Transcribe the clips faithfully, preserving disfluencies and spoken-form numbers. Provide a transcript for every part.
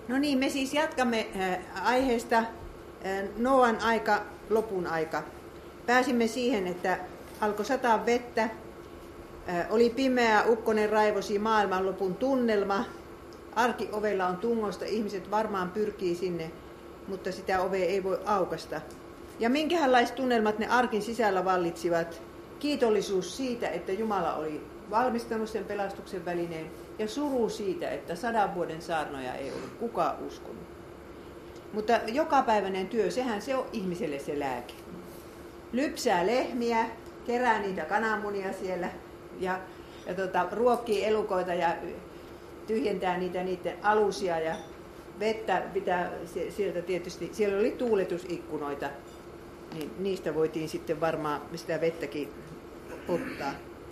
No niin, me siis jatkamme aiheesta Nooan aika, lopun aika. Pääsimme siihen, että alkoi sataa vettä, oli pimeä, ukkonen raivosi, maailmanlopun tunnelma. Arkiovella on tungosta, ihmiset varmaan pyrkii sinne, mutta sitä ovea ei voi aukasta. Ja minkähänlaiset tunnelmat ne arkin sisällä vallitsivat? Kiitollisuus siitä, että Jumala oli valmistanut sen pelastuksen välineen, ja suru siitä, että sadan vuoden saarnoja ei ollut kukaan uskonut. Mutta jokapäiväinen työ, sehän se on ihmiselle se lääke. Lypsää lehmiä, kerää niitä kananmunia siellä ja, ja tota, ruokkii elukoita ja tyhjentää niitä niiden alusia ja vettä pitää sieltä tietysti. Siellä oli tuuletusikkunoita, niin niistä voitiin sitten varmaan sitä vettäkin ottaa.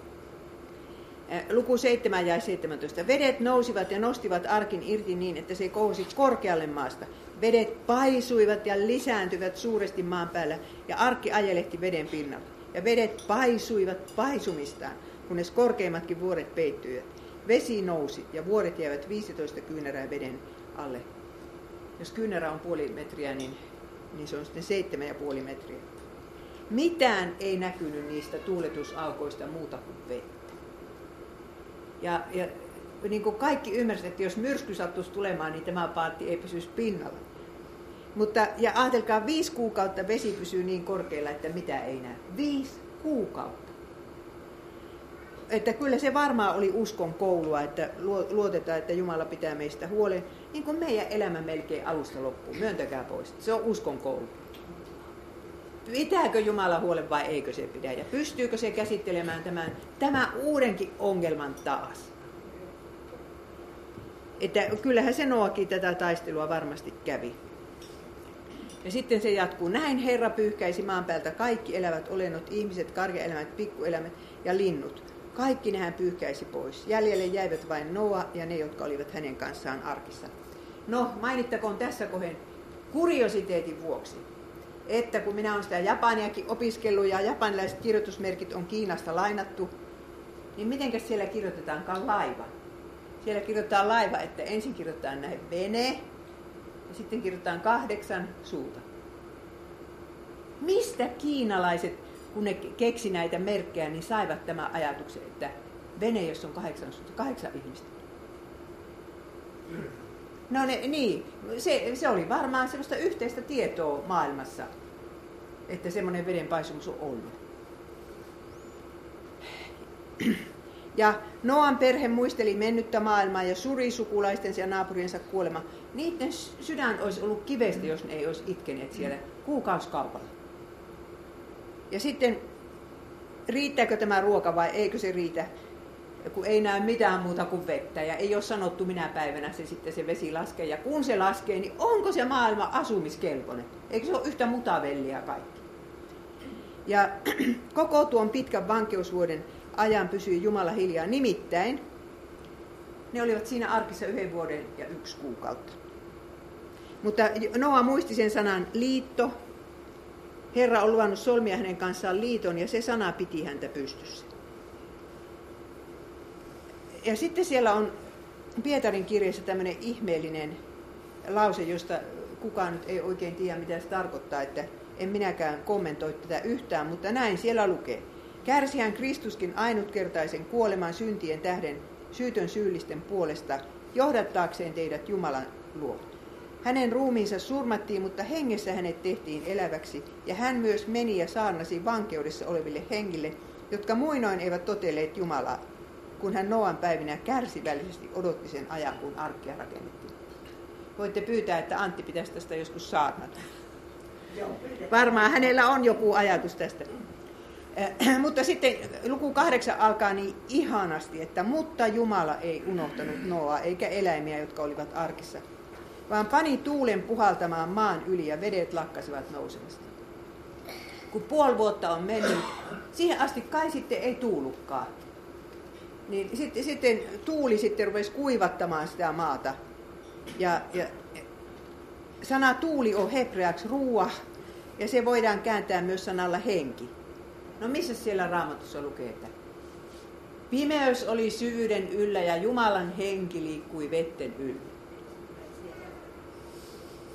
Luku seitsemän ja seitsemäntoista. Vedet nousivat ja nostivat arkin irti niin, että se kohosi korkealle maasta. Vedet paisuivat ja lisääntyivät suuresti maan päällä, ja arkki ajelehti veden pinnalla. Ja vedet paisuivat paisumistaan, kunnes korkeimmatkin vuoret peittyivät. Vesi nousi, ja vuoret jäivät viisitoista kyynärää veden alle. Jos kyynärä on puoli metriä, niin, niin se on sitten seitsemän ja puoli metriä. Mitään ei näkynyt niistä tuuletusaukoista muuta kuin vettä. Ja, ja niin kuin kaikki ymmärsivät, että jos myrsky sattuisi tulemaan, niin tämä paatti ei pysyisi pinnalla. Mutta, ja ajatelkaa, viisi kuukautta vesi pysyy niin korkealla, että mitä ei näe. Viisi kuukautta. Että kyllä se varmaan oli uskon koulua, että luotetaan, että Jumala pitää meistä huolen. Niin kuin meidän elämä melkein alusta loppuun. Myöntäkää pois. Se on uskon koulu. Pitääkö Jumala huolen vai eikö se pidä? Ja pystyykö se käsittelemään tämän, tämän uudenkin ongelman taas? Että kyllähän se Nooakin tätä taistelua varmasti kävi. Ja sitten se jatkuu. Näin Herra pyyhkäisi maan päältä kaikki elävät olennot, ihmiset, karjaeläimet, pikkueläimet ja linnut. Kaikki nehän pyyhkäisi pois. Jäljelle jäivät vain Nooa ja ne, jotka olivat hänen kanssaan arkissa. No, mainittakoon tässä kohden kuriositeetin vuoksi, että kun minä olen sitä japaniakin opiskellut ja japanilaiset kirjoitusmerkit on Kiinasta lainattu, niin mitenkäs siellä kirjoitetaankaan laiva? Siellä kirjoitetaan laiva, että ensin kirjoitetaan näin vene ja sitten kirjoitetaan kahdeksan suuta. Mistä kiinalaiset, kun ne keksi näitä merkkejä, niin saivat tämän ajatuksen, että vene, jos on kahdeksan suuta, kahdeksan ihmistä? No ne, niin, se, se oli varmaan sellaista yhteistä tietoa maailmassa, että semmoinen vedenpaisumus on ollut. Ja Nooan perhe muisteli mennyttä maailmaa ja suri sukulaistensa ja naapuriensa kuolema. Niiden sydän olisi ollut kivestä, jos ne ei olisi itkeneet siellä kuukausikaupalla. Ja sitten, riittääkö tämä ruoka vai eikö se riitä, kun ei näy mitään muuta kuin vettä ja ei ole sanottu minä päivänä se sitten se vesi laskee. Ja kun se laskee, niin onko se maailma asumiskelpoinen? Eikö se ole yhtä mutavellia kaikki? Ja koko tuon pitkän vankeusvuoden ajan pysyi Jumala hiljaa. Nimittäin ne olivat siinä arkissa yhden vuoden ja yksi kuukautta. Mutta Nooa muisti sen sanan liitto. Herra on luvannut solmia hänen kanssaan liiton ja se sana piti häntä pystyssä. Ja sitten siellä on Pietarin kirjassa tämmöinen ihmeellinen lause, josta kukaan nyt ei oikein tiedä, mitä se tarkoittaa, että en minäkään kommentoi tätä yhtään, mutta näin siellä lukee. Kärsihän Kristuskin ainutkertaisen kuoleman syntien tähden syytön syyllisten puolesta, johdattaakseen teidät Jumalan luo. Hänen ruumiinsa surmattiin, mutta hengessä hänet tehtiin eläväksi, ja hän myös meni ja saarnasi vankeudessa oleville hengille, jotka muinoin eivät totelleet Jumalaa, kun hän Nooan päivinä kärsivällisesti odotti sen ajan, kun arkkia rakennettiin. Voitte pyytää, että Antti pitäisi tästä joskus saarnata. Varmaan hänellä on joku ajatus tästä. Äh, mutta sitten luku kahdeksan alkaa niin ihanasti, että mutta Jumala ei unohtanut Nooaa eikä eläimiä, jotka olivat arkissa, vaan pani tuulen puhaltamaan maan yli ja vedet lakkasivat nousemasta. Kun puoli vuotta on mennyt, siihen asti kai sitten ei tuulukkaan. Niin sitten, sitten tuuli sitten rupesi kuivattamaan sitä maata. Ja, ja sana tuuli on hebreaksi ruuah, ja se voidaan kääntää myös sanalla henki. No missä siellä Raamatussa lukee, että pimeys oli syvyyden yllä ja Jumalan henki liikkui vetten yllä.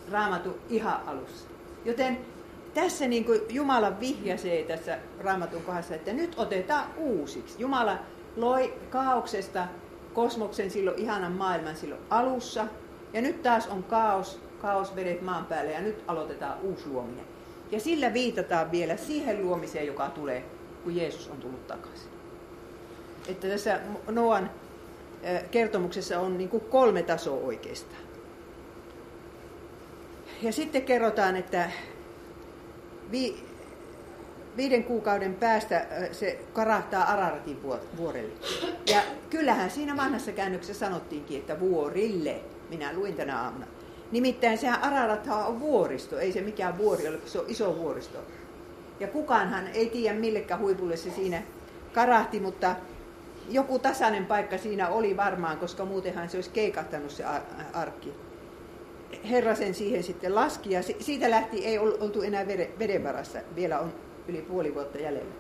Raamatun ihan alussa. Joten tässä niin kuin Jumala vihjasee tässä Raamatun kohdassa, että nyt otetaan uusiksi. Jumala loi kaauksesta kosmoksen silloin ihanan maailman silloin alussa. Ja nyt taas on kaos, kaosvedet maan päälle ja nyt aloitetaan uusi luominen. Ja sillä viitataan vielä siihen luomiseen, joka tulee, kun Jeesus on tullut takaisin. Että tässä Noan kertomuksessa on niin kuin kolme tasoa oikeastaan. Ja sitten kerrotaan, että vi, viiden kuukauden päästä se karahtaa Araratin vuorelle. Ja kyllähän siinä vanhassa käännöksessä sanottiinkin, että vuorille. Minä luin tänä aamuna. Nimittäin sehän Ararathan on vuoristo, ei se mikään vuori ole, se on iso vuoristo. Ja kukaanhan ei tiedä millekään huipulle se siinä karahti, mutta joku tasainen paikka siinä oli varmaan, koska muutenhan se olisi keikahtanut se arkki. Herra sen siihen sitten laski ja siitä lähti ei oltu enää veden varassa. Vielä on yli puoli vuotta jäljellä.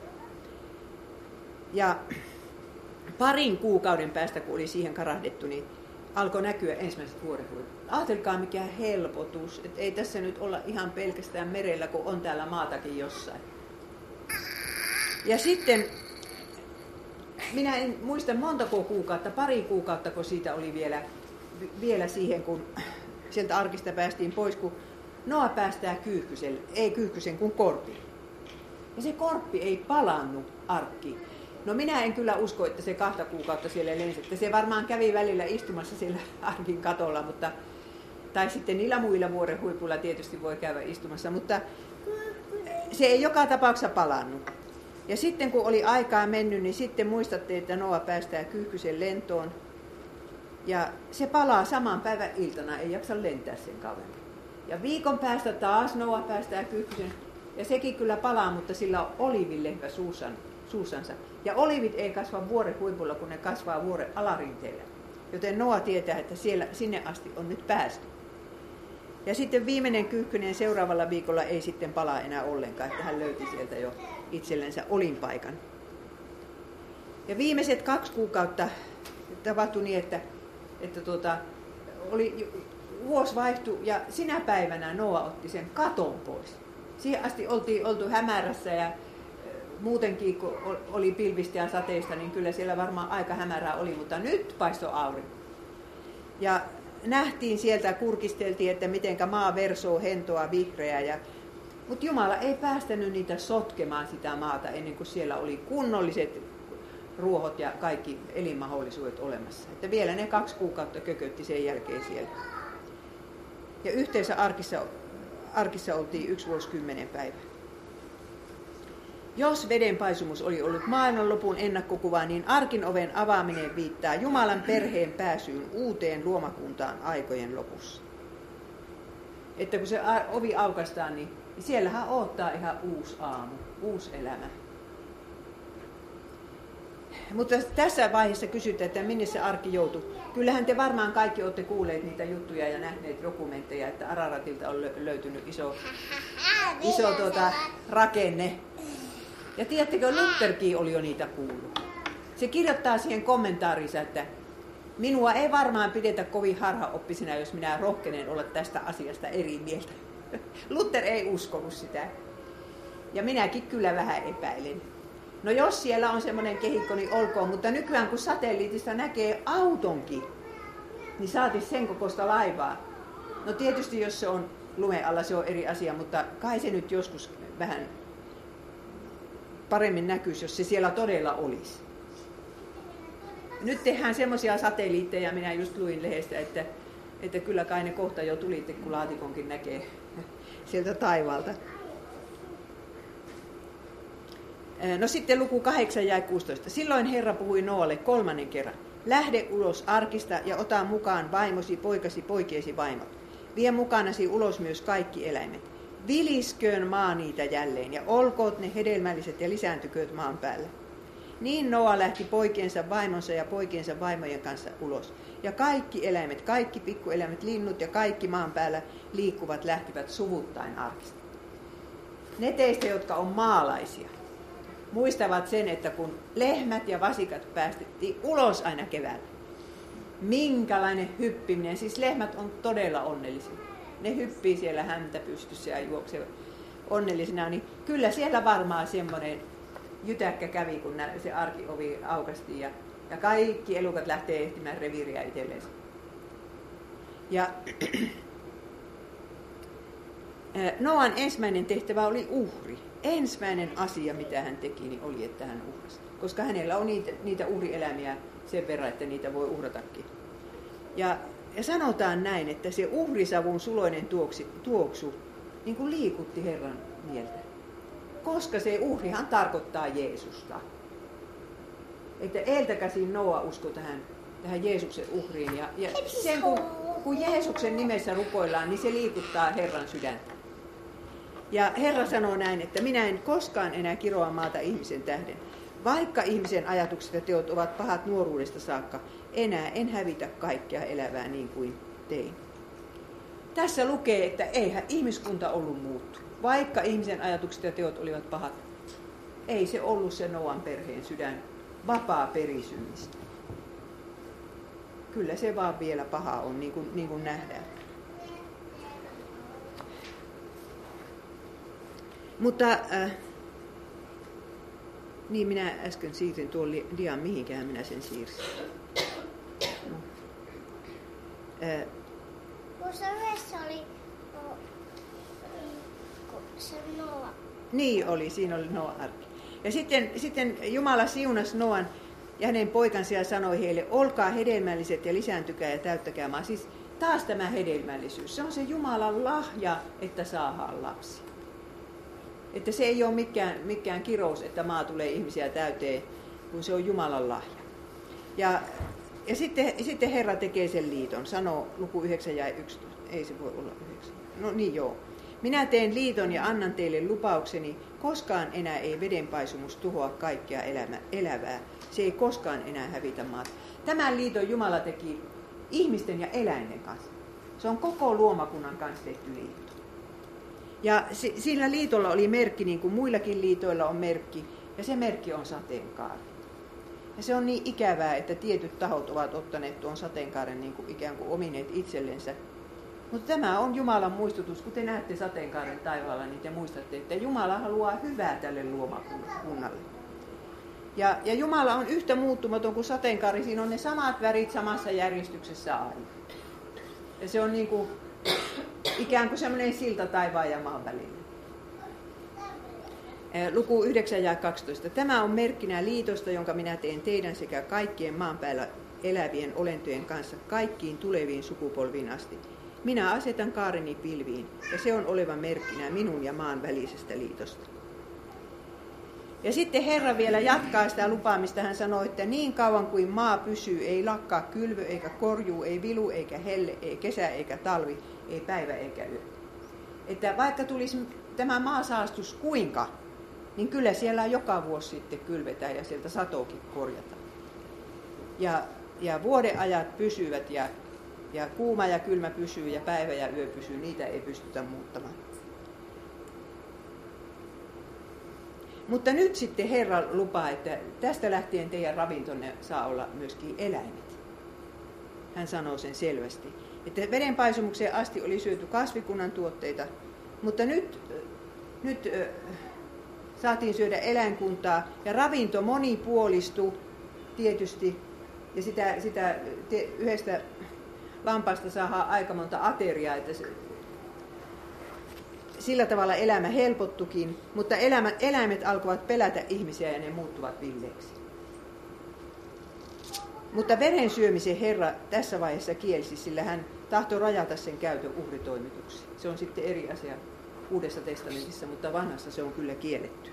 Ja parin kuukauden päästä, kun oli siihen karahdettu, niin alkoi näkyä ensimmäiset vuorenhuiput. Ajatelkaa mikä helpotus, että ei tässä nyt olla ihan pelkästään merellä, kun on täällä maatakin jossain. Ja sitten, minä en muista montako kuukautta, pari kuukautta, kun siitä oli vielä, vielä siihen, kun sieltä arkista päästiin pois, kun Noa päästää Kyyhkysen, ei Kyyhkysen, kun Korpi. Ja se Korppi ei palannut arkkiin. No minä en kyllä usko, että se kahta kuukautta siellä lensi. Että se varmaan kävi välillä istumassa siellä arkin katolla, mutta, tai sitten niillä muilla vuoren huipuilla tietysti voi käydä istumassa, mutta se ei joka tapauksessa palannut. Ja sitten kun oli aikaa mennyt, niin sitten muistatte, että Noa päästää Kyyhkysen lentoon. Ja se palaa saman päivän iltana, ei jaksa lentää sen kauemmin. Ja viikon päästä taas Noa päästää Kyyhkysen. Ja sekin kyllä palaa, mutta sillä on oliivinlehmä suussan, suussansa. Ja olivit ei kasva vuoren huipulla, kun ne kasvaa vuoren alarinteellä. Joten Noa tietää, että siellä, sinne asti on nyt päästy. Ja sitten viimeinen Kyyhkynen seuraavalla viikolla ei sitten palaa enää ollenkaan, että hän löyti sieltä jo itsellensä olinpaikan. Ja viimeiset kaksi kuukautta tapahtui niin, että, että tuota, oli, vuosi vaihtui ja sinä päivänä Noa otti sen katon pois. Siihen asti oltiin oltu hämärässä ja muutenkin, kun oli pilvistä ja sateista, niin kyllä siellä varmaan aika hämärää oli, mutta nyt paistoi aurinko. Ja nähtiin sieltä, kurkisteltiin, että mitenkä maa versoo hentoa vihreää. Ja, mutta Jumala ei päästänyt niitä sotkemaan sitä maata ennen kuin siellä oli kunnolliset ruohot ja kaikki elinmahdollisuudet olemassa. Että vielä ne kaksi kuukautta kökötti sen jälkeen siellä. Ja yhteensä arkissa, arkissa oltiin yksi vuosikymmenen päivää. Jos vedenpaisumus oli ollut maailmanlopun ennakkokuva, niin arkin oven avaaminen viittaa Jumalan perheen pääsyyn uuteen luomakuntaan aikojen lopussa. Että kun se ovi aukaistaan, niin siellähän odottaa ihan uusi aamu, uusi elämä. Mutta tässä vaiheessa kysytään, että minne se arki joutui. Kyllähän te varmaan kaikki olette kuulleet niitä juttuja ja nähneet dokumentteja, että Araratilta on löytynyt iso, iso tuota, rakenne. Ja tiedättekö, Lutherkin oli jo niitä kuullut. Se kirjoittaa siihen kommentaarinsa, että minua ei varmaan pidetä kovin harhaoppisena, jos minä rohkenen olla tästä asiasta eri mieltä. Luther ei uskonut sitä. Ja minäkin kyllä vähän epäilen. No jos siellä on semmoinen kehikko, niin olkoon, mutta nykyään kun satelliitista näkee autonkin, niin saatis sen kokoista laivaa. No tietysti jos se on lumen alla, se on eri asia, mutta kai se nyt joskus vähän paremmin näkyisi, jos se siellä todella olisi. Nyt tehdään semmoisia satelliitteja, minä just luin lehdestä, että, että kyllä kai ne kohta jo tulitte, kun laatikonkin näkee sieltä taivaalta. No sitten luku kahdeksan ja kuusitoista. Silloin Herra puhui Noalle kolmannen kerran. Lähde ulos arkista ja ota mukaan vaimosi, poikasi, poikiesi vaimot. Vie mukanasi ulos myös kaikki eläimet. Vilisköön maa niitä jälleen ja olkoot ne hedelmälliset ja lisääntykööt maan päällä. Niin Noa lähti poikiensa vaimonsa ja poikiensa vaimojen kanssa ulos. Ja kaikki eläimet, kaikki pikkueläimet, linnut ja kaikki maan päällä liikkuvat lähtivät suvuttain arkista. Ne teistä, jotka on maalaisia, muistavat sen, että kun lehmät ja vasikat päästettiin ulos aina keväällä, minkälainen hyppiminen, siis lehmät on todella onnellisia. ne hyppii siellä häntä pystyssä ja juoksee onnellisena, niin kyllä siellä varmaan semmoinen jytäkkä kävi, kun se arkiovi aukasti ja, ja kaikki elukat lähtee ehtimään reviiriä itselleen. Ja Noan ensimmäinen tehtävä oli uhri. Ensimmäinen asia, mitä hän teki, niin oli, että hän uhrasi. Koska hänellä on niitä, niitä uhrieläimiä sen verran, että niitä voi uhratakin. Ja, ja sanotaan näin, että se uhrisavun suloinen tuoksi, tuoksu niin kuin liikutti Herran mieltä. Koska se uhrihan tarkoittaa Jeesusta. Että eiltä käsin Noa uskoi tähän, tähän Jeesuksen uhriin. Ja, ja sen kun, kun Jeesuksen nimessä rukoillaan, niin se liikuttaa Herran sydäntä. Ja Herra sanoo näin, että minä en koskaan enää kiroa maata ihmisen tähden. Vaikka ihmisen ajatukset ja teot ovat pahat nuoruudesta saakka, enää en hävitä kaikkea elävää niin kuin tein. Tässä lukee, että eihän ihmiskunta ollut muuttunut. Vaikka ihmisen ajatukset ja teot olivat pahat, ei se ollut se Noan perheen sydän vapaa perisymistä. Kyllä se vaan vielä paha on, niin kuin, niin kuin nähdään. Mutta äh, niin minä äsken siirsin tuon dian, mihinkään minä sen siirsin. No. Äh, Kun se yhdessä oli no, se Noa. Niin oli, siinä oli Noan arki. Ja sitten, sitten Jumala siunasi Noan ja hänen poikansa ja sanoi heille, olkaa hedelmälliset ja lisääntykää ja täyttäkää maa. Siis taas tämä hedelmällisyys, se on se Jumalan lahja, että saadaan lapsi. Että se ei ole mikään, mikään kirous, että maa tulee ihmisiä täyteen, kun se on Jumalan lahja. Ja, ja sitten, sitten Herra tekee sen liiton, sanoo luku yhdeksän ja yksitoista. Ei se voi olla yhdeksän. No niin joo. Minä teen liiton ja annan teille lupaukseni, koskaan enää ei vedenpaisumus tuhoa kaikkea elämä, elävää. Se ei koskaan enää hävitä maata. Tämän liiton Jumala teki ihmisten ja eläinten kanssa. Se on koko luomakunnan kanssa tehty liitto. Ja sillä liitolla oli merkki, niin kuin muillakin liitoilla on merkki, ja se merkki on sateenkaari. Ja se on niin ikävää, että tietyt tahot ovat ottaneet tuon sateenkaaren niin kuin ikään kuin omineet itsellensä. Mutta tämä on Jumalan muistutus, kun te näette sateenkaaren taivaalla, niin te muistatte, että Jumala haluaa hyvää tälle luomakunnalle. Ja, ja Jumala on yhtä muuttumaton kuin sateenkaari, siinä on ne samat värit samassa järjestyksessä aina. Ja se on niin kuin ikään kuin semmoinen silta taivaan ja maan välillä. Luku yhdeksän ja kaksitoista. Tämä on merkkinä liitosta, jonka minä teen teidän sekä kaikkien maan päällä elävien olentojen kanssa kaikkiin tuleviin sukupolviin asti. Minä asetan kaareni pilviin, ja se on oleva merkkinä minun ja maan välisestä liitosta. Ja sitten Herra vielä jatkaa sitä lupaamista. Hän sanoi, että niin kauan kuin maa pysyy, ei lakkaa kylvö, eikä korjuu, ei vilu, eikä helle, ei kesä, eikä talvi, ei päivä, eikä yö. Että vaikka tulisi tämä maasaastus kuinka, niin kyllä siellä joka vuosi sitten kylvetään ja sieltä satoakin korjataan. Ja, ja vuodenajat pysyvät ja, ja kuuma ja kylmä pysyy ja päivä ja yö pysyy, niitä ei pystytä muuttamaan. Mutta nyt sitten Herra lupaa, että tästä lähtien teidän ravintonne saa olla myöskin eläimet. Hän sanoo sen selvästi. Että vedenpaisumukseen asti oli syöty kasvikunnan tuotteita, mutta nyt, nyt äh, saatiin syödä eläinkuntaa ja ravinto monipuolistui tietysti. Ja sitä, sitä te, yhdestä lampaasta saadaan aika monta ateriaa, että se, sillä tavalla elämä helpottukin, mutta elämä, eläimet alkoivat pelätä ihmisiä ja ne muuttuvat villeiksi. Mutta veren syömisen Herra tässä vaiheessa kielsi, sillä hän tahtoi rajata sen käytön uhritoimituksiin. Se on sitten eri asia Uudessa testamentissa, mutta vanhassa se on kyllä kielletty.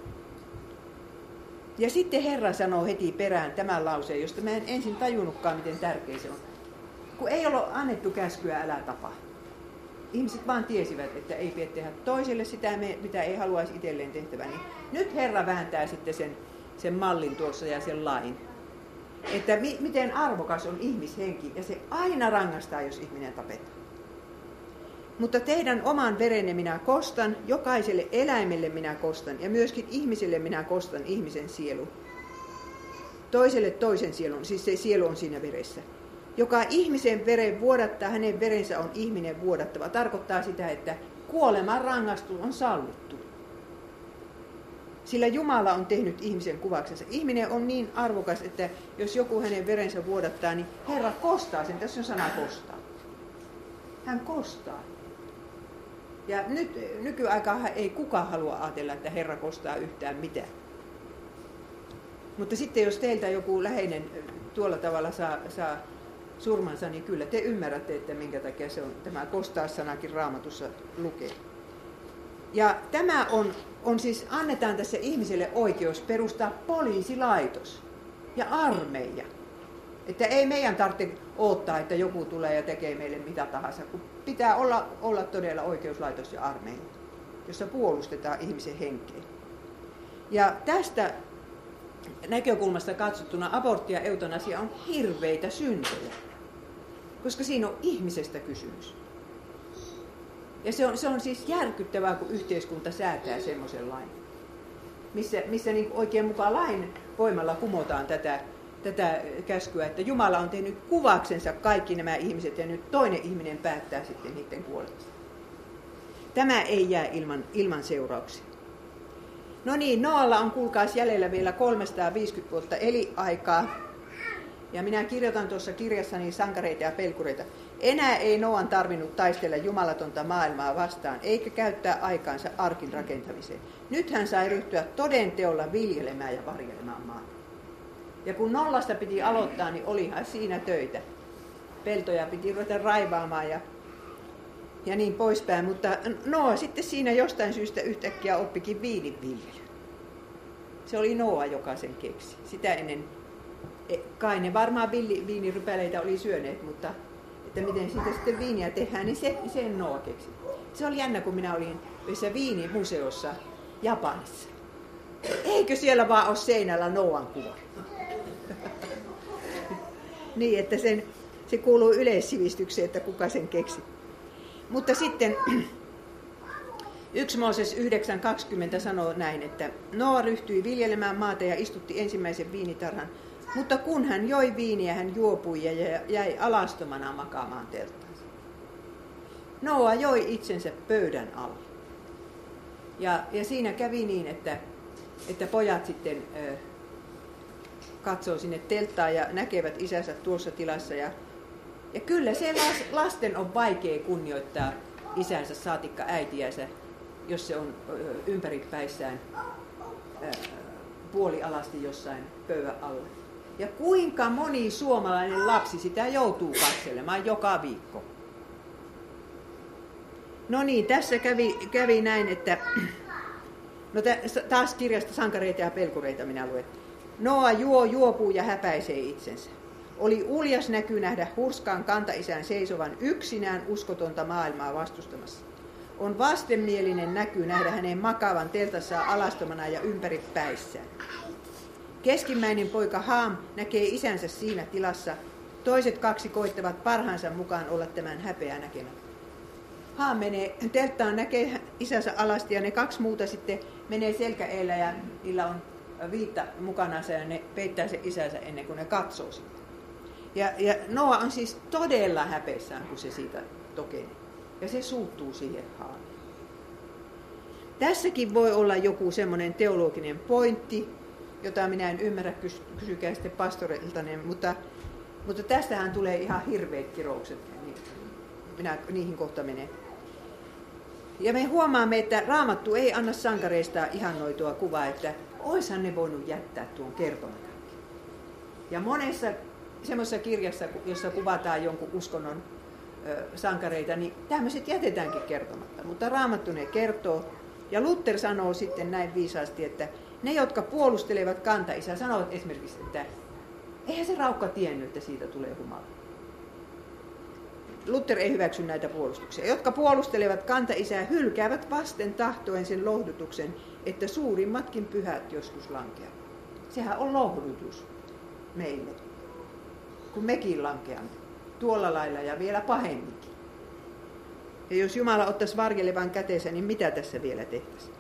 Ja sitten Herra sanoo heti perään tämän lauseen, josta mä en ensin tajunnutkaan, miten tärkeä se on. Kun ei ole annettu käskyä, älä tapa. Ihmiset vaan tiesivät, että ei pidä tehdä toiselle sitä, mitä ei haluaisi itselleen tehtävä. Niin nyt Herra vääntää sitten sen, sen mallin tuossa ja sen lain. Että mi, miten arvokas on ihmishenki, ja se aina rangaistaan, jos ihminen tapetaan. Mutta teidän oman verenne minä kostan, jokaiselle eläimelle minä kostan, ja myöskin ihmiselle minä kostan ihmisen sielu. Toiselle toisen sielun, siis se sielu on siinä veressä. Joka ihmisen veren vuodattaa, hänen verensä on ihminen vuodattava. Tarkoittaa sitä, että kuoleman rangaistus on sallittu. Sillä Jumala on tehnyt ihmisen kuvaksensa. Ihminen on niin arvokas, että jos joku hänen verensä vuodattaa, niin Herra kostaa sen. Tässä on sana kostaa. Hän kostaa. Ja nyt nykyaikaan ei kukaan halua ajatella, että Herra kostaa yhtään mitään. Mutta sitten jos teiltä joku läheinen tuolla tavalla saa, saa surmansa, niin kyllä te ymmärrätte, että minkä takia se on, tämä kostaa-sanakin Raamatussa lukee. Ja tämä on, on siis, annetaan tässä ihmiselle oikeus perustaa poliisilaitos ja armeija. Että ei meidän tarvitse odottaa, että joku tulee ja tekee meille mitä tahansa, kun pitää olla, olla todella oikeuslaitos ja armeija, jossa puolustetaan ihmisen henkeä. Ja tästä näkökulmasta katsottuna abortti ja eutanasia on hirveitä syntejä, koska siinä on ihmisestä kysymys. Ja se on, se on siis järkyttävää, kun yhteiskunta säätää semmoisen lain, missä, missä niin oikein mukaan lain voimalla kumotaan tätä, tätä käskyä, että Jumala on tehnyt kuvaksensa kaikki nämä ihmiset ja nyt toinen ihminen päättää sitten niiden kuolemasta. Tämä ei jää ilman, ilman seurauksia. No niin, Noalla on kuulkaas jäljellä vielä kolmesataaviisikymmentä vuotta eliaikaa. Ja minä kirjoitan tuossa kirjassani sankareita ja pelkureita. Enää ei Noan tarvinnut taistella jumalatonta maailmaa vastaan, eikä käyttää aikaansa arkin rakentamiseen. Nyt hän sai ryhtyä toden teolla viljelemään ja varjelemaan maata. Ja kun nollasta piti aloittaa, niin olihan siinä töitä. Peltoja piti ruveta raivaamaan ja, ja niin poispäin. Mutta Noa sitten siinä jostain syystä yhtäkkiä oppikin viininviljely. Se oli Noa, joka sen keksi. Sitä ennen kai ne varmaan viinirypäleitä oli syöneet, mutta että miten siitä sitten viiniä tehdään, niin se, sen Noa keksi. Se oli jännä, kun minä olin yhdessä viinimuseossa Japanissa. Eikö siellä vaan ole seinällä Noan kuva? Niin, että sen, se kuuluu yleissivistykseen, että kuka sen keksi. Mutta sitten yksi Mooses yhdeksän kaksikymmentä sanoo näin, että Noa ryhtyi viljelemään maata ja istutti ensimmäisen viinitarhan. Mutta kun hän joi viiniä, hän juopui ja jäi alastomana makaamaan telttaansa. Noa joi itsensä pöydän alla. Ja, ja siinä kävi niin, että, että pojat sitten ö, katsoo sinne telttaan ja näkevät isänsä tuossa tilassa. Ja, ja kyllä se lasten on vaikea kunnioittaa isänsä saatikka äitiänsä, jos se on ö, ympäripäissään ö, puolialasti jossain pöydän alla. Ja kuinka moni suomalainen lapsi sitä joutuu katselemaan joka viikko. No niin, tässä kävi, kävi näin, että no taas kirjasta sankareita ja pelkureita minä luen. Noa juo, juopuu ja häpäisee itsensä. Oli uljas näky nähdä hurskaan kantaisän seisovan yksinään uskotonta maailmaa vastustamassa. On vastenmielinen näky nähdä hänen makaavan teltassaan alastomana ja ympäripäissään. Keskimmäinen poika Haam näkee isänsä siinä tilassa. Toiset kaksi koittavat parhaansa mukaan olla tämän häpeä näkemättä. Haam menee telttaan, näkee isänsä alasti ja ne kaksi muuta sitten menee selkäeellä ja niillä on viitta mukanansa ja ne peittää sen isänsä ennen kuin ne katsoo sitä. Ja, ja Noa on siis todella häpeissään, kun se siitä tokenee. Ja se suuttuu siihen Haamiin. Tässäkin voi olla joku semmoinen teologinen pointti, jota minä en ymmärrä, kysykää sitten pastoriltanne, mutta, mutta tästähän tulee ihan hirveät kiroukset, niin minä niihin kohta menen. Ja me huomaamme, että Raamattu ei anna sankareista ihannoitua kuvaa, että oishan ne voinut jättää tuon kertomatta. Ja monessa semmoisessa kirjassa, jossa kuvataan jonkun uskonnon ö, sankareita, niin tämmöiset jätetäänkin kertomatta. Mutta Raamattu ne kertoo, ja Luther sanoo sitten näin viisaasti, että ne, jotka puolustelevat kantaisää, sanovat esimerkiksi, että eihän se raukka tiennyt, että siitä tulee humala. Luther ei hyväksy näitä puolustuksia. Jotka puolustelevat kantaisää, hylkäävät vasten tahtoen sen lohdutuksen, että suurimmatkin pyhät joskus lankeavat. Sehän on lohdutus meille, kun mekin lankeamme tuolla lailla ja vielä pahemminkin. Ja jos Jumala ottaisi varjelevan käteensä, niin mitä tässä vielä tehtäisiin?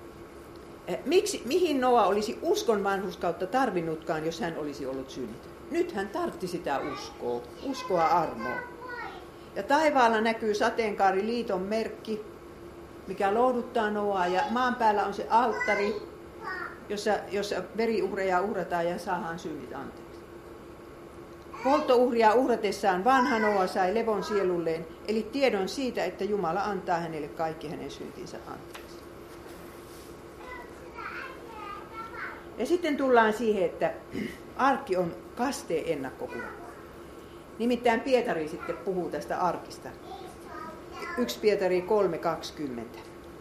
Miksi, mihin Noa olisi uskon vanhurskautta tarvinnutkaan, jos hän olisi ollut synnitön? nyt hän tartti sitä uskoa, uskoa armoa. Ja taivaalla näkyy sateenkaariliiton merkki, mikä lohduttaa Noaa, ja maan päällä on se alttari, jossa, jossa veriuhreja uhrataan ja saadaan synnit anteeksi. Polttouhria uhratessaan vanha Noa sai levon sielulleen, eli tiedon siitä, että Jumala antaa hänelle kaikki hänen syntinsä anteeksi. Ja sitten tullaan siihen, että arkki on kasteen ennakkokuva. Nimittäin Pietari sitten puhuu tästä arkista. yksi Pietari kolme kaksikymmentä.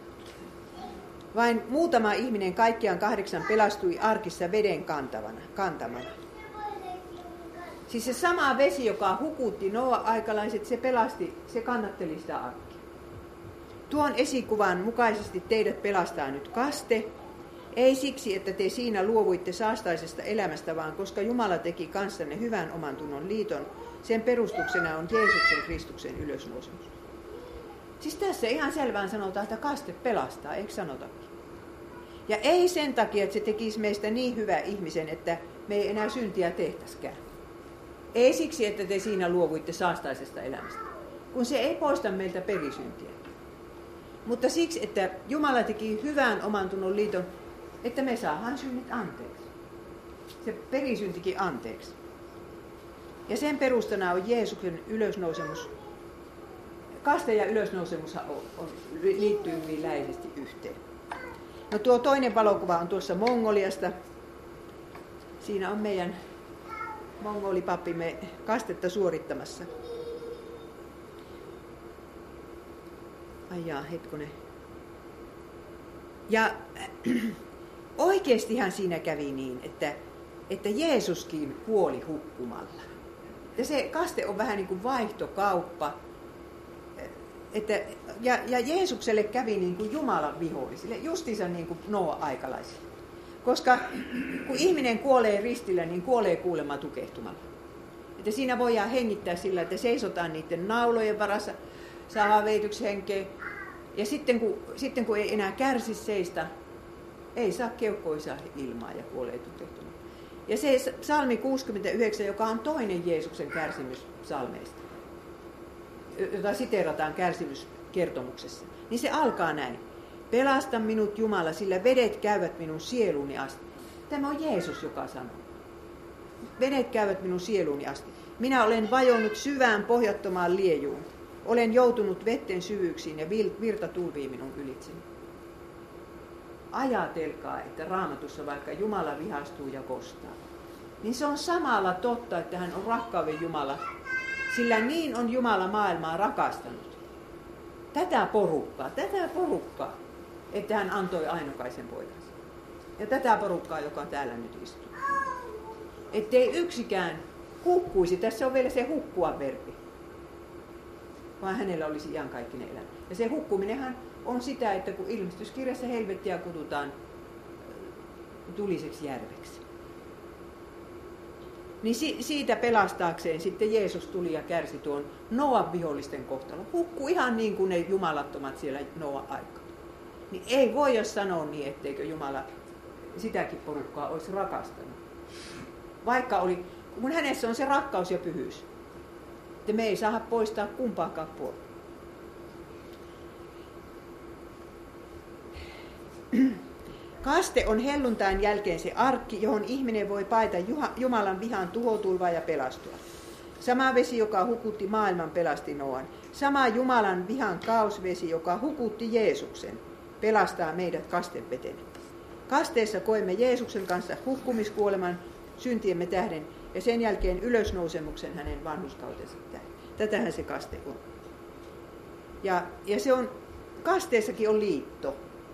Vain muutama ihminen kaikkiaan kahdeksan pelastui arkissa veden kantavana, kantamana. Siis se sama vesi, joka hukutti Noa-aikalaiset, se pelasti, se kannatteli sitä arkkia. Tuon esikuvan mukaisesti teidät pelastaa nyt kaste, ei siksi, että te siinä luovuitte saastaisesta elämästä, vaan koska Jumala teki kanssanne hyvän oman tunnon liiton, sen perustuksena on Jeesuksen Kristuksen ylösnousemus. Siis tässä ihan selvään sanotaan, että kaste pelastaa, eikö sanotakin? Ja ei sen takia, että se tekisi meistä niin hyvä ihmisen, että me ei enää syntiä tehtäskään. Ei siksi, että te siinä luovuitte saastaisesta elämästä, kun se ei poista meiltä perisyntiä. Mutta siksi, että Jumala teki hyvän oman tunnon liiton, että me saadaan synnit anteeksi. Se perisyntikin anteeksi. Ja sen perustana on Jeesuksen ylösnousemus. Kaste ja ylösnousemus on, on, liittyy hyvin läheisesti yhteen. No tuo toinen valokuva on tuossa Mongoliasta. Siinä on meidän mongolipappimme kastetta suorittamassa. Ai jaa, hetkonen. Ja oikeastihan siinä kävi niin, että, että Jeesuskin kuoli hukkumalla. Ja se kaste on vähän niin kuin vaihtokauppa. Että, ja, ja Jeesukselle kävi niin kuin Jumalan vihollisille, justiinsa niin kuin Noa-aikalaisille. Koska kun ihminen kuolee ristillä, niin kuolee kuulemma tukehtumalla. Että siinä voidaan hengittää sillä, että seisotaan niiden naulojen varassa, saa veityksi henkeä. Ja sitten kun, sitten kun ei enää kärsi seistä, ei saa keuhkoisa ilmaa ja kuolee tukehtumalla. Ja se psalmi kuusikymmentäyhdeksän, joka on toinen Jeesuksen kärsimys psalmeista, jota siteerataan kärsimyskertomuksessa, niin se alkaa näin. Pelasta minut Jumala, sillä vedet käyvät minun sieluni asti. Tämä on Jeesus, joka sanoo. Vedet käyvät minun sieluni asti. Minä olen vajonnut syvään pohjattomaan liejuun. Olen joutunut vetten syvyyksiin ja virta tulvii minun ylitseni. Ajatelkaa, että Raamatussa vaikka Jumala vihastuu ja kostaa, niin se on samalla totta, että hän on rakkauden Jumala, sillä niin on Jumala maailmaa rakastanut. Tätä porukkaa, tätä porukkaa, että hän antoi ainokaisen poikansa. Ja tätä porukkaa, joka täällä nyt istuu. Ettei yksikään hukkuisi, tässä on vielä se hukkua verbi, vaan hänellä olisi iankaikkinen elämä. Ja se hukkuminenhan on sitä, että kun ilmestyskirjassa helvettiä kutsutaan tuliseksi järveksi. Niin siitä pelastaakseen sitten Jeesus tuli ja kärsi tuon Noan vihollisten kohtalon. Hukkuu ihan niin kuin ne jumalattomat siellä Noan aikaa. Niin ei voi jos sanoa niin, etteikö Jumala sitäkin porukkaa olisi rakastanut. Vaikka oli, kun hänessä on se rakkaus ja pyhyys. Että me ei saa poistaa kumpaakaan puolta. Kaste on helluntain jälkeen se arkki, johon ihminen voi paeta Jumalan vihan tuhotulvaa ja pelastua. Sama vesi, joka hukutti maailman, pelasti Noan. Sama Jumalan vihan kaosvesi, joka hukutti Jeesuksen, pelastaa meidät kasteveteen. Kasteessa koemme Jeesuksen kanssa hukkumiskuoleman syntiemme tähden ja sen jälkeen ylösnousemuksen hänen vanhurskautensa tähden. Tätähän se kaste on. Ja, ja se on, kasteessakin on liitto.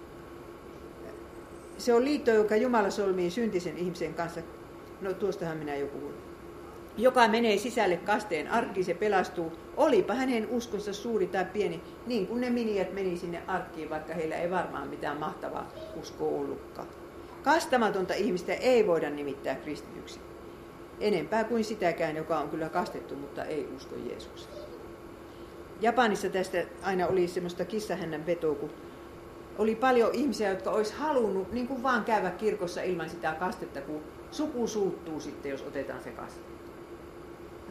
Se on liitto, jonka Jumala solmii syntisen ihmisen kanssa. No tuostahan minä jo puhun. Joka menee sisälle kasteen arkkiin, se pelastuu. Olipa hänen uskonsa suuri tai pieni, niin kuin ne miniät meni sinne arkkiin, vaikka heillä ei varmaan mitään mahtavaa uskoa ollutkaan. Kastamatonta ihmistä ei voida nimittää kristityksi. Enempää kuin sitäkään, joka on kyllä kastettu, mutta ei usko Jeesukseen. Japanissa tästä aina oli semmoista kissahännän vetoa, kun oli paljon ihmisiä, jotka olisi halunnut niin kuin vaan käydä kirkossa ilman sitä kastetta, kun suku suuttuu sitten, jos otetaan se kaste.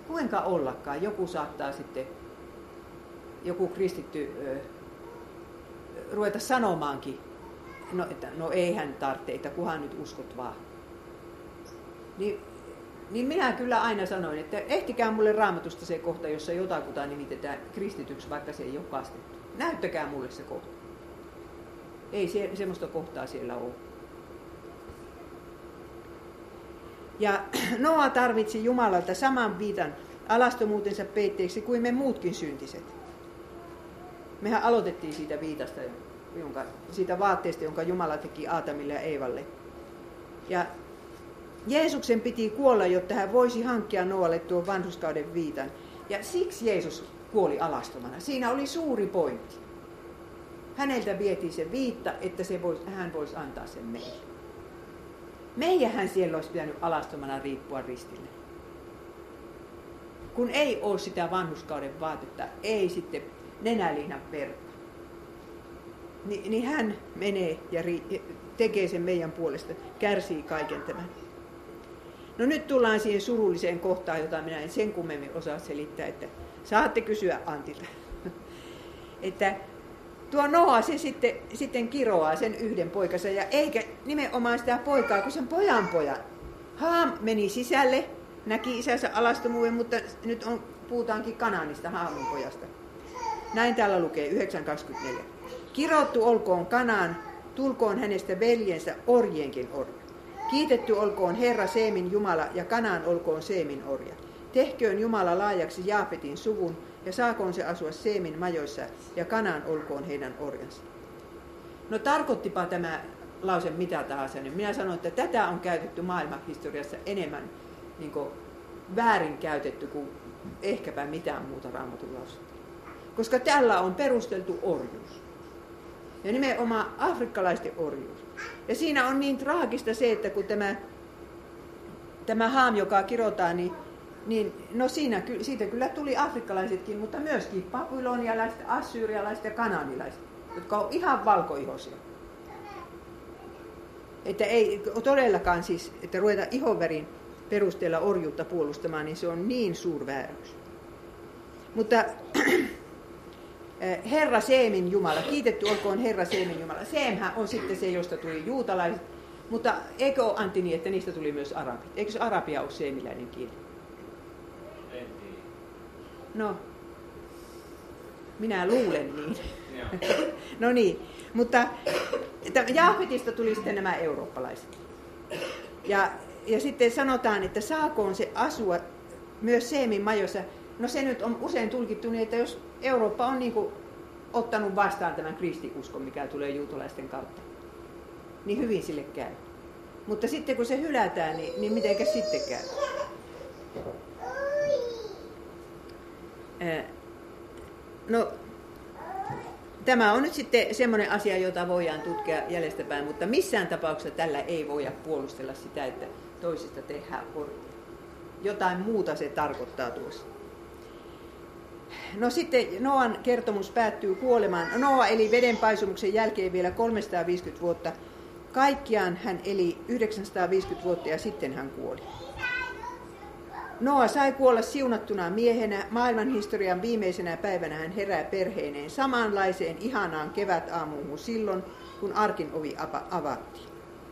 kuinka ollakaan, joku saattaa sitten, joku kristitty ö, ruveta sanomaankin, no, että no eihän tarvitse, että kunhan nyt uskot vaan. Niin, niin minä kyllä aina sanoin, että ehtikää mulle Raamatusta se kohta, jossa jotakuta nimitetään kristityksi, vaikka se ei ole kastettu. Näyttäkää mulle se kohta. Ei se, semmoista kohtaa siellä ole. Ja Noa tarvitsi Jumalalta saman viitan alastomuutensa peitteeksi kuin me muutkin syntiset. Mehän aloitettiin siitä viitasta, jonka, siitä vaatteesta, jonka Jumala teki Aatamille ja Eevalle. Ja Jeesuksen piti kuolla, jotta hän voisi hankkia Noalle tuon vanhurskauden viitan. Ja siksi Jeesus kuoli alastomana. Siinä oli suuri pointti. Häneltä vietiin se viitta, että se vois, hän voisi antaa sen meille. Meijähän siellä olisi pitänyt alastomana riippua ristille. Kun ei ole sitä vanhurskauden vaatetta, ei sitten nenäliinan verta. Ni, niin hän menee ja ri, tekee sen meidän puolesta, kärsii kaiken tämän. No nyt tullaan siihen surulliseen kohtaan, jota minä en sen kummemmin osaa selittää, että saatte kysyä Antilta. Että tuo Noa se sitten, sitten kiroaa sen yhden poikansa, ja eikä nimenomaan sitä poikaa, kun sen pojan pojan. Haam meni sisälle, näki isänsä alastomuuden, mutta nyt on, puhutaankin Kanaanista, Haamin pojasta. Näin täällä lukee yhdeksän kaksikymmentäneljä. Kirottu olkoon Kanaan, tulkoon hänestä veljensä orjienkin orja. Kiitetty olkoon Herra Seemin Jumala ja Kanaan olkoon Seemin orja. Tehköön Jumala laajaksi Jaafetin suvun ja saakoon se asua Seemin majoissa ja Kanaan olkoon heidän orjansa. No tarkoittipa tämä lause mitä tahansa, niin minä sanon, että tätä on käytetty maailmanhistoriassa enemmän niin kuin väärin käytetty kuin ehkäpä mitään muuta Raamatun lausetta. Koska tällä on perusteltu orjuus. Ja nimenomaan afrikkalaisten orjuus. Ja siinä on niin traagista se, että kun tämä, tämä Haam, joka kirotaan, niin, niin no siinä, siitä kyllä tuli afrikkalaisetkin, mutta myöskin babylonialaiset, assyrialaiset ja kanaanilaiset, jotka on ihan valkoihoisia. Että ei todellakaan siis, että ruveta ihonvärin perusteella orjuutta puolustamaan, niin se on niin suurvääryys. Mutta Herra Seemin Jumala, kiitetty olkoon Herra Seemin Jumala. Seemhän on sitten se, josta tuli juutalaiset, mutta eikö ole Antti niin, että niistä tuli myös arabit? Eikö se arabia ole seemiläinen kieli? En tiedä. No, minä luulen niin. No niin, mutta Jaafetista tuli sitten nämä eurooppalaiset. Ja, ja sitten sanotaan, että saakoon se asua myös Seemin majoissa. No se nyt on usein tulkittu niin, että jos Eurooppa on niin kuin ottanut vastaan tämän kristiuskon, mikä tulee juutalaisten kautta, niin hyvin sille käy. Mutta sitten kun se hylätään, niin, niin mitenkäs sitten käy? No, tämä on nyt sitten semmoinen asia, jota voidaan tutkia jäljestäpäin, mutta missään tapauksessa tällä ei voida puolustella sitä, että toisista tehdään orjia. Jotain muuta se tarkoittaa tuossa. No sitten Noan kertomus päättyy kuolemaan. Noa eli vedenpaisumuksen jälkeen vielä kolmesataaviisikymmentä vuotta. Kaikkiaan hän eli yhdeksänsataaviisikymmentä vuotta ja sitten hän kuoli. Noa sai kuolla siunattuna miehenä. Maailmanhistorian viimeisenä päivänä hän herää perheineen samanlaiseen ihanaan kevätaamuun silloin, kun arkin ovi avattiin.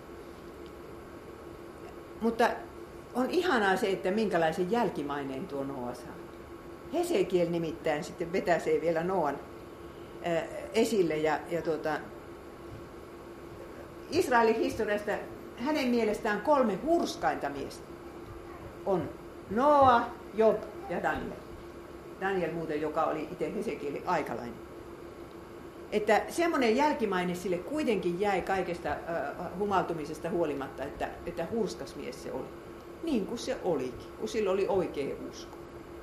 Mutta on ihanaa se, että minkälaisen jälkimaineen tuo Noa saa. Hesekiel nimittäin sitten vetäsee vielä Noan ää, esille ja, ja tuota, Israelin historiasta hänen mielestään kolme hurskainta miestä on Noa, Job ja Daniel. Daniel muuten, joka oli itse Hesekielin aikalainen. Että semmoinen jälkimaine sille kuitenkin jäi kaikesta äh, humaltumisesta huolimatta, että, että hurskas mies se oli. Niin kuin se olikin, kun sillä oli oikea usko.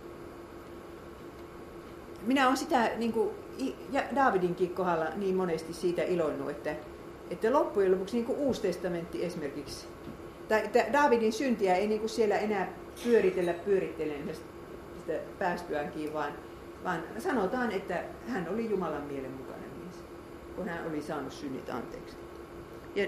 Minä olen sitä niin kuin Daavidinkin kohdalla niin monesti siitä iloinnut, että, että loppujen lopuksi niin kuin Uusi testamentti esimerkiksi, tai että Daavidin syntiä ei niin kuin siellä enää pyöritellä pyörittelen sitä päästyäänkin, vaan, vaan sanotaan, että hän oli Jumalan mielen mukainen mies, kun hän oli saanut synnit anteeksi. Ja,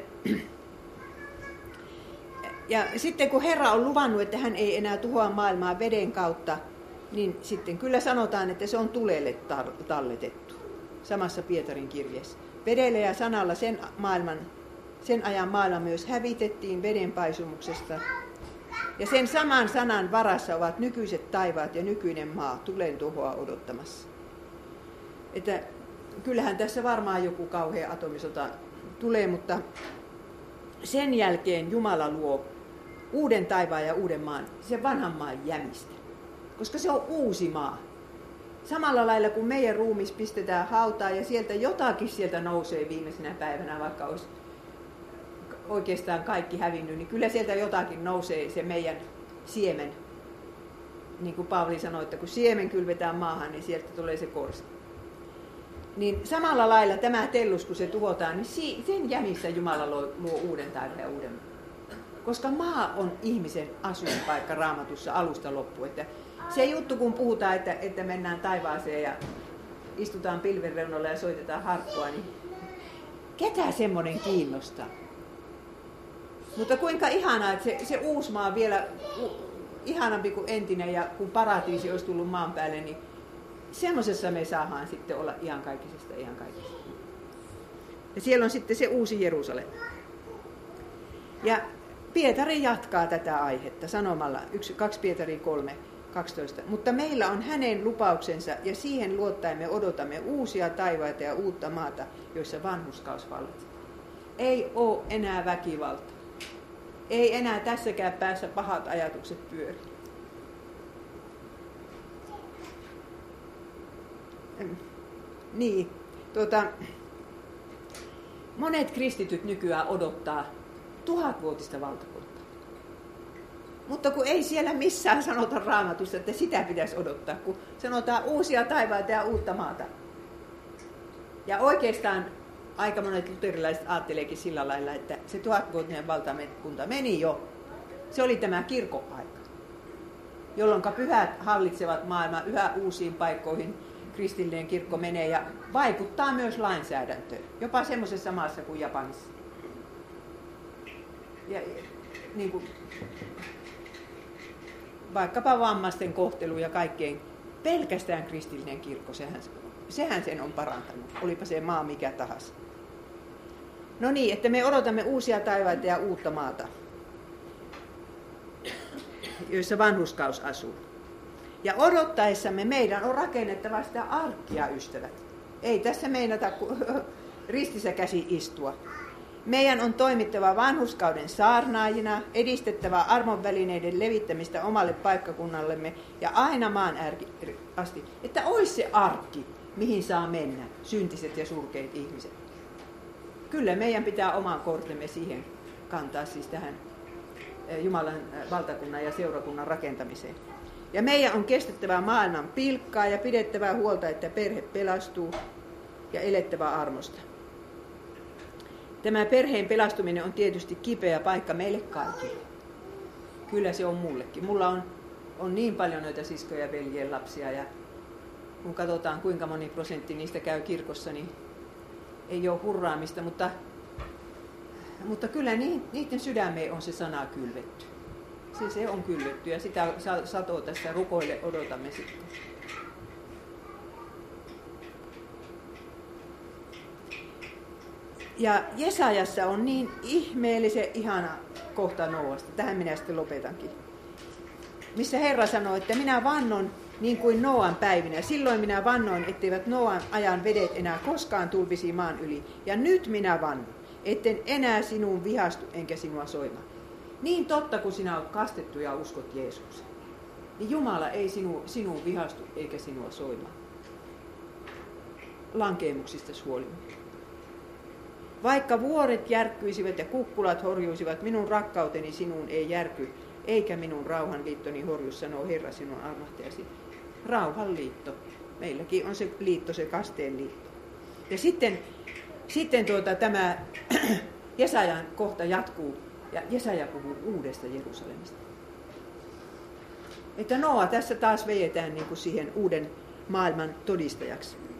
ja sitten kun Herra on luvannut, että hän ei enää tuhoa maailmaa veden kautta, niin sitten kyllä sanotaan, että se on tulelle talletettu. Samassa Pietarin kirjeessä. Vedellä ja sanalla sen, maailman, sen ajan maailma myös hävitettiin vedenpaisumuksesta. Ja sen saman sanan varassa ovat nykyiset taivaat ja nykyinen maa tulen tuhoa odottamassa. Että kyllähän tässä varmaan joku kauhea atomisota tulee, mutta sen jälkeen Jumala luo uuden taivaan ja uuden maan, sen vanhan maan jämistä. Koska se on uusi maa. Samalla lailla kun meidän ruumis pistetään hautaan ja sieltä jotakin sieltä nousee viimeisenä päivänä, vaikka olisi oikeastaan kaikki hävinnyt, niin kyllä sieltä jotakin nousee se meidän siemen. Niin kuin Paavali sanoi, että kun siemen kylvetään maahan, niin sieltä tulee se korsi. Niin samalla lailla tämä tellus, kun se tuhotaan, niin sen jämissä Jumala luo, luo uuden taivaan ja uuden maan. Koska maa on ihmisen asuinpaikka Raamatussa alusta loppuun. Että se juttu, kun puhutaan, että, että mennään taivaaseen ja istutaan pilven reunalla ja soitetaan harppua, niin ketä semmoinen kiinnostaa? Mutta kuinka ihanaa, että se, se uusi maa on vielä ihanampi kuin entinen ja kun paratiisi olisi tullut maan päälle, niin semmoisessa me saadaan sitten olla iankaikkisesta iankaikkisesta. Ja siellä on sitten se uusi Jerusalem. Ja Pietari jatkaa tätä aihetta sanomalla, kaksi Pietari kolme kaksitoista. Mutta meillä on hänen lupauksensa ja siihen luottaen me odotamme uusia taivaita ja uutta maata, joissa vanhurskaus vallitsee. Ei ole enää väkivalta. Ei enää tässäkään päässä pahat ajatukset pyöri. Niin, tuota, monet kristityt nykyään odottaa tuhatvuotista valtakuntaa. Mutta kun ei siellä missään sanota Raamatussa, että sitä pitäisi odottaa, kun sanotaan uusia taivaita ja uutta maata. Ja oikeastaan aika monet luterilaiset ajatteleekin sillä lailla, että se tuhatvuotinen valtakunta meni jo. Se oli tämä kirkon aika, jolloin pyhät hallitsevat maailmaa yhä uusiin paikkoihin. Kristillinen kirkko menee ja vaikuttaa myös lainsäädäntöön, jopa semmoisessa maassa kuin Japanissa. Ja, niin kuin, vaikkapa vammaisten kohtelu ja kaikkein, pelkästään kristillinen kirkko, sehän, sehän sen on parantanut, olipa se maa mikä tahansa. No niin, että me odotamme uusia taivaita ja uutta maata, joissa vanhurskaus asuu. Ja odottaessamme meidän on rakennettava sitä arkkia, ystävät. Ei tässä meinata ristissä käsi istua. Meidän on toimittava vanhurskauden saarnaajina, edistettävä armonvälineiden levittämistä omalle paikkakunnallemme ja aina maan ääri asti. Että olisi se arkki, mihin saa mennä syntiset ja surkeat ihmiset. Kyllä meidän pitää oman kortemme siihen kantaa, siis tähän Jumalan valtakunnan ja seurakunnan rakentamiseen. Ja meidän on kestettävä maailman pilkkaa ja pidettävä huolta, että perhe pelastuu ja elettävä armosta. Tämä perheen pelastuminen on tietysti kipeä paikka meille kaikille. Kyllä se on mullekin. Mulla on, on niin paljon noita siskoja ja veljen lapsia ja kun katsotaan kuinka moni prosentti niistä käy kirkossa, niin ei ole hurraamista, mutta, mutta kyllä niiden sydämeen on se sana kylvetty. Se, se on kylvetty ja sitä satoa tässä rukoille odotamme sitten. Ja Jesajassa on niin ihmeellisen ihana kohta Nooasta. Tähän minä sitten lopetankin. Missä Herra sanoo, että minä vannon niin kuin Nooan päivinä. Silloin minä vannoin, etteivät Nooan ajan vedet enää koskaan tulvisi maan yli. Ja nyt minä vannon, etten enää sinuun vihastu enkä sinua soima. Niin totta, kun sinä olet kastettu ja uskot Jeesukseen, niin Jumala ei sinu, sinuun vihastu eikä sinua soima. Lankeemuksista huolimatta. Vaikka vuoret järkkyisivät ja kukkulat horjuisivat, minun rakkauteni sinuun ei järky, eikä minun rauhanliittoni horju, sanoo Herra sinun armahtajasi. Rauhanliitto. Meilläkin on se liitto, se kasteen liitto. Ja sitten, sitten tuota, tämä Jesajan kohta jatkuu. Ja Jesaja puhuu uudesta Jerusalemista. Että Nooa tässä taas vejetään niin kuin siihen uuden maailman todistajaksi.